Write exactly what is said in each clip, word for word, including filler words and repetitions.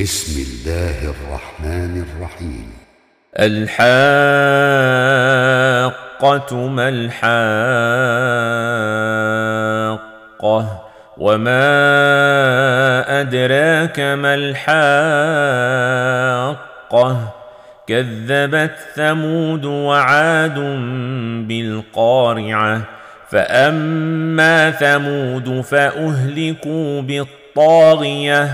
بسم الله الرحمن الرحيم. الحاقة ما الحاقة وما أدراك ما الحاقة كذبت ثمود وعاد بالقارعة فأما ثمود فأهلكوا بالطاغية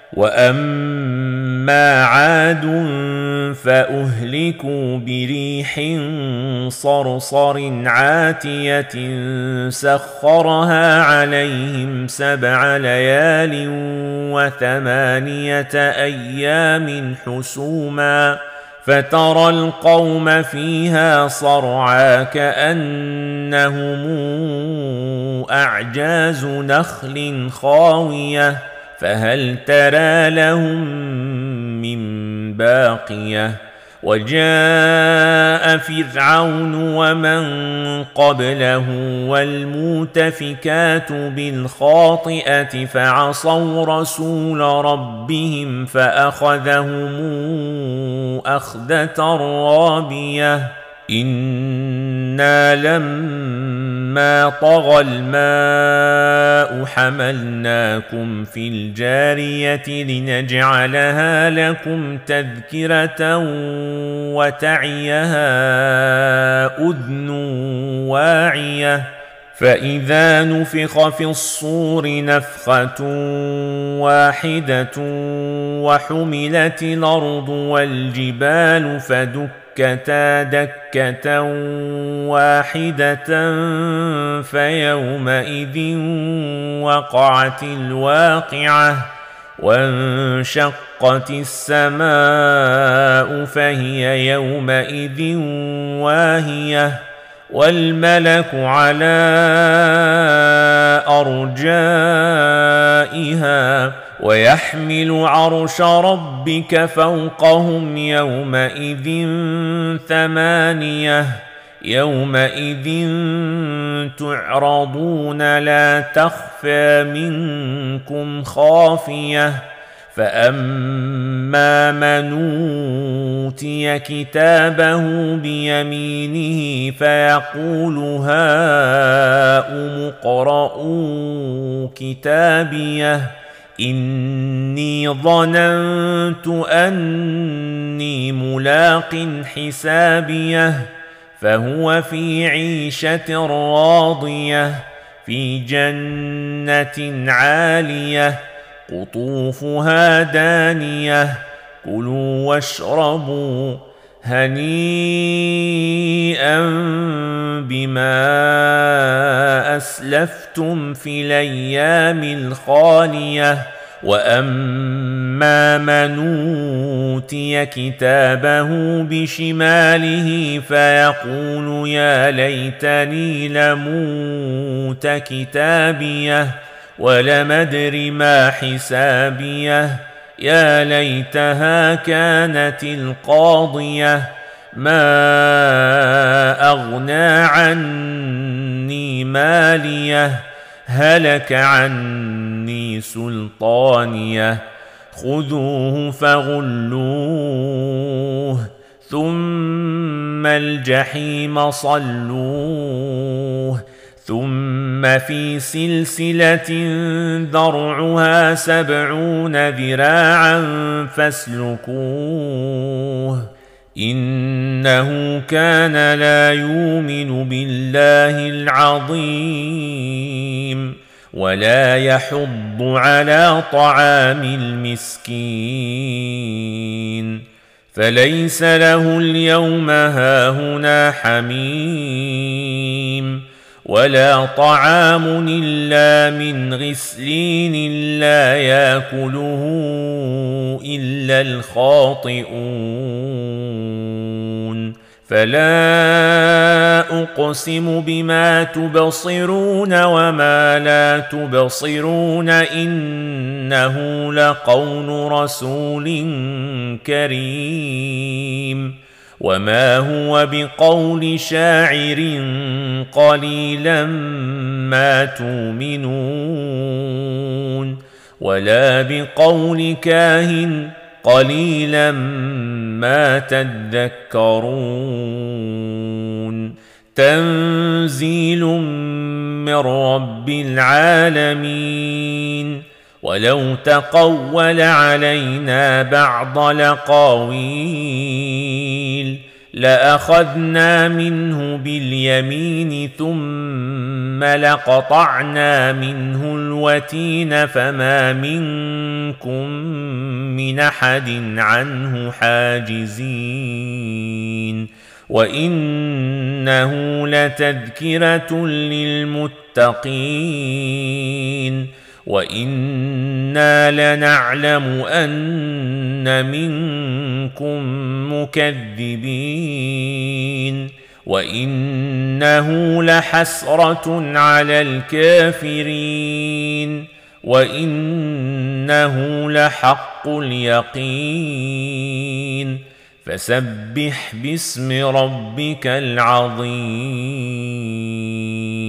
وأما عاد فأهلكوا بريح صرصر عاتية سخرها عليهم سبع ليال وثمانية أيام حسوما فترى القوم فيها صرعى كأنهم أعجاز نخل خاوية فهل ترى لهم من باقية وجاء فرعون ومن قبله والمؤتفكات بالخاطئة فعصوا رسول ربهم فأخذهم أخذة رابية إنا لما طغى الماء حملناكم في الجارية لنجعلها لكم تذكرة وتعيها أذن واعية فإذا نفخ في الصور نفخة واحدة وحملت الأرض والجبال فدكتا دكة واحدة فيومئذ وقعت الواقعة وانشقت السماء فهي يومئذ واهية والملك على أرجائها ويحمل عرش ربك فوقهم يومئذ ثمانية يومئذ تعرضون لا تخفى منكم خافية فأما من أوتي كتابه بيمينه فيقول هاؤم اقرءوا كتابيه إني ظننت أني ملاق حسابيه فهو في عيشة راضية في جنة عالية قطوفها دانية كلوا واشربوا هنيئا بما أسلفتم في الأيام الخالية وأما من أوتي كتابه بشماله فيقول يا ليتني لموت كتابيه ولم أدر ما حسابيه يا ليتها كانت القاضية ما أغنى عني ماليه هلك عني سلطانيه خذوه فغلوه ثم الجحيم صلوه ثم في سلسلة ذرعها سبعون ذراعا فاسلكوه إنه كان لا يؤمن بالله العظيم ولا يحض على طعام المسكين فليس له اليوم هاهنا حميم ولا طعام إلا من غسلين لا يأكله إلا الخاطئون فلا أقسم بما تبصرون وما لا تبصرون إنه لقول رسول كريم وما هو بقول شاعر قليلا ما تؤمنون ولا بقول كاهن قليلا ما تذكرون تنزيل من رب العالمين ولو تقول علينا بعض الأقاويل لأخذنا منه باليمين ثم لقطعنا منه الوتين فما منكم من أحد عنه حاجزين وإنه لتذكرة للمتقين وإنا لنعلم أن منكم مكذبين وإنه لحسرة على الكافرين وإنه لحق اليقين فسبح باسم ربك العظيم.